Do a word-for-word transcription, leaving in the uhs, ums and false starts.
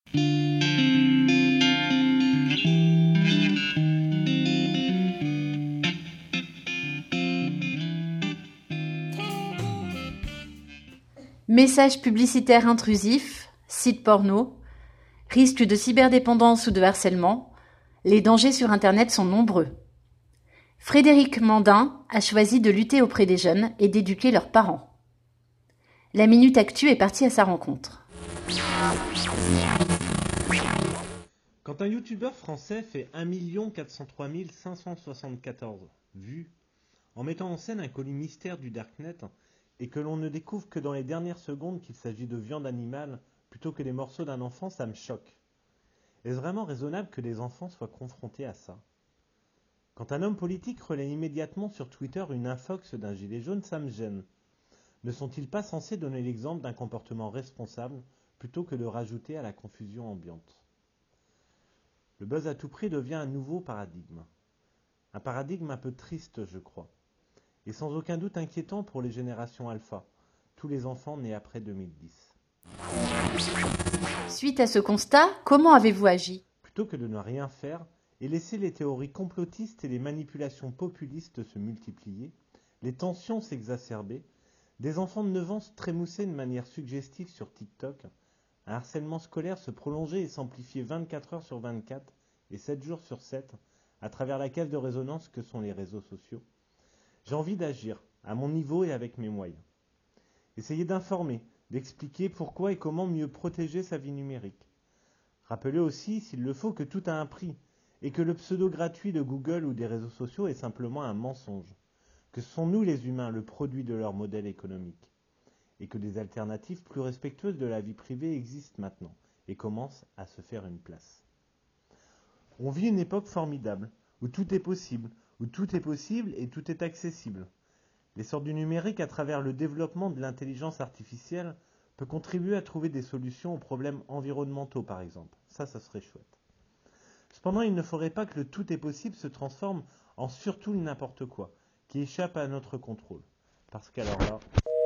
Messages publicitaires intrusifs, sites porno, risques de cyberdépendance ou de harcèlement, les dangers sur Internet sont nombreux. Frédéric Mandin a choisi de lutter auprès des jeunes et d'éduquer leurs parents. La Minute Actu est partie à sa rencontre. Quand un youtubeur français fait un million quatre cent trois mille cinq cent soixante-quatorze vues en mettant en scène un colis mystère du Darknet et que l'on ne découvre que dans les dernières secondes qu'il s'agit de viande animale plutôt que des morceaux d'un enfant, ça me choque. Est-ce vraiment raisonnable que les enfants soient confrontés à ça ? Quand un homme politique relaie immédiatement sur Twitter une infox d'un gilet jaune, ça me gêne. Ne sont-ils pas censés donner l'exemple d'un comportement responsable plutôt que de rajouter à la confusion ambiante ? Le buzz à tout prix devient un nouveau paradigme. Un paradigme un peu triste, je crois. Et sans aucun doute inquiétant pour les générations alpha, tous les enfants nés après deux mille dix. Suite à ce constat, comment avez-vous agi ? Plutôt que de ne rien faire et laisser les théories complotistes et les manipulations populistes se multiplier, les tensions s'exacerber, des enfants de neuf ans se trémousser de manière suggestive sur TikTok, un harcèlement scolaire se prolonger et s'amplifier vingt-quatre heures sur vingt-quatre et sept jours sur sept à travers la caisse de résonance que sont les réseaux sociaux. J'ai envie d'agir, à mon niveau et avec mes moyens. Essayer d'informer, d'expliquer pourquoi et comment mieux protéger sa vie numérique. Rappelez aussi, s'il le faut, que tout a un prix, et que le pseudo gratuit de Google ou des réseaux sociaux est simplement un mensonge, que ce sont nous les humains le produit de leur modèle économique, et que des alternatives plus respectueuses de la vie privée existent maintenant, et commencent à se faire une place. On vit une époque formidable, où tout est possible, où tout est possible et tout est accessible. L'essor du numérique à travers le développement de l'intelligence artificielle peut contribuer à trouver des solutions aux problèmes environnementaux, par exemple. Ça, ça serait chouette. Cependant, il ne faudrait pas que le tout est possible se transforme en surtout le n'importe quoi, qui échappe à notre contrôle. Parce qu'alors là...